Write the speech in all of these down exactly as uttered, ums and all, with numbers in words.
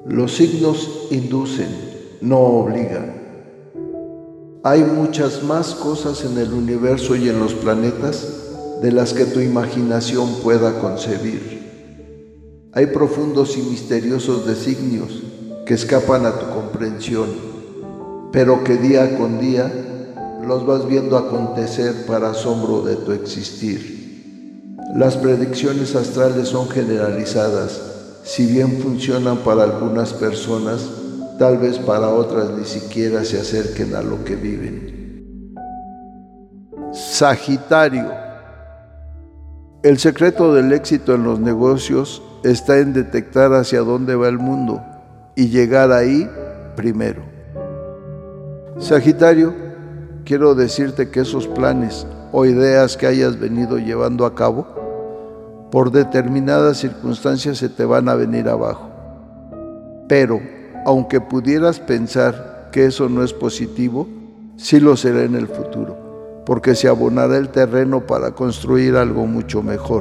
Los signos inducen, no obligan. Hay muchas más cosas en el universo y en los planetas de las que tu imaginación pueda concebir. Hay profundos y misteriosos designios que escapan a tu comprensión, pero que día con día los vas viendo acontecer para asombro de tu existir. Las predicciones astrales son generalizadas. Si bien funcionan para algunas personas, tal vez para otras ni siquiera se acerquen a lo que viven. Sagitario. El secreto del éxito en los negocios está en detectar hacia dónde va el mundo y llegar ahí primero. Sagitario, quiero decirte que esos planes o ideas que hayas venido llevando a cabo, por determinadas circunstancias se te van a venir abajo. Pero, aunque pudieras pensar que eso no es positivo, sí lo será en el futuro, porque se abonará el terreno para construir algo mucho mejor.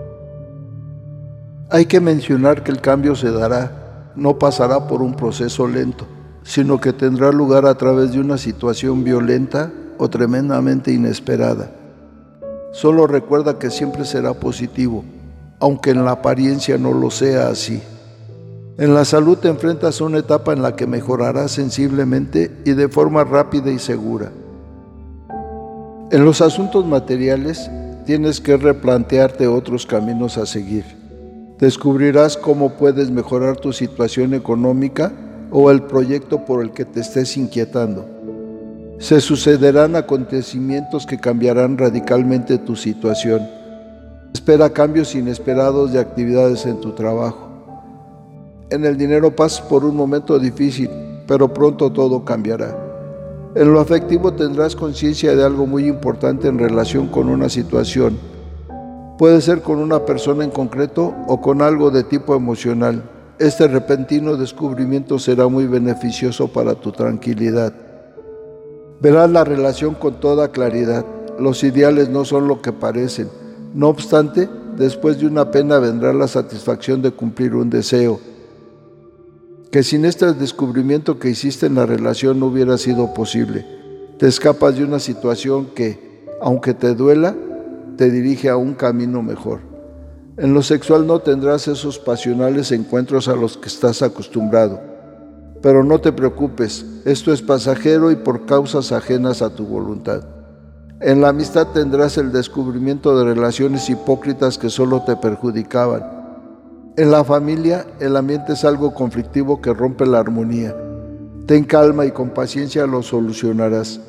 Hay que mencionar que el cambio se dará, no pasará por un proceso lento, sino que tendrá lugar a través de una situación violenta o tremendamente inesperada. Solo recuerda que siempre será positivo, aunque en la apariencia no lo sea así. En la salud te enfrentas a una etapa en la que mejorarás sensiblemente y de forma rápida y segura. En los asuntos materiales tienes que replantearte otros caminos a seguir. Descubrirás cómo puedes mejorar tu situación económica o el proyecto por el que te estés inquietando. Se sucederán acontecimientos que cambiarán radicalmente tu situación. Espera cambios inesperados de actividades en tu trabajo. En el dinero pasas por un momento difícil, pero pronto todo cambiará. En lo afectivo tendrás conciencia de algo muy importante en relación con una situación. Puede ser con una persona en concreto o con algo de tipo emocional. Este repentino descubrimiento será muy beneficioso para tu tranquilidad. Verás la relación con toda claridad. Los ideales no son lo que parecen. No obstante, después de una pena vendrá la satisfacción de cumplir un deseo, que sin este descubrimiento que hiciste en la relación no hubiera sido posible. Te escapas de una situación que, aunque te duela, te dirige a un camino mejor. En lo sexual no tendrás esos pasionales encuentros a los que estás acostumbrado. Pero no te preocupes, esto es pasajero y por causas ajenas a tu voluntad. En la amistad tendrás el descubrimiento de relaciones hipócritas que solo te perjudicaban. En la familia, el ambiente es algo conflictivo que rompe la armonía. Ten calma y con paciencia lo solucionarás.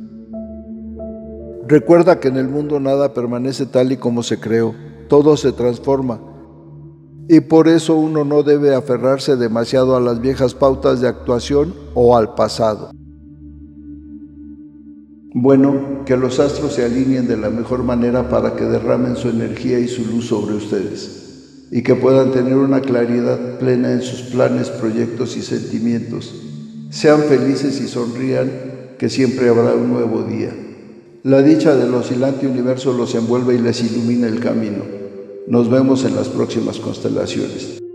Recuerda que en el mundo nada permanece tal y como se creó, todo se transforma. Y por eso uno no debe aferrarse demasiado a las viejas pautas de actuación o al pasado. Bueno, que los astros se alineen de la mejor manera para que derramen su energía y su luz sobre ustedes, y que puedan tener una claridad plena en sus planes, proyectos y sentimientos. Sean felices y sonrían, que siempre habrá un nuevo día. La dicha del oscilante universo los envuelve y les ilumina el camino. Nos vemos en las próximas constelaciones.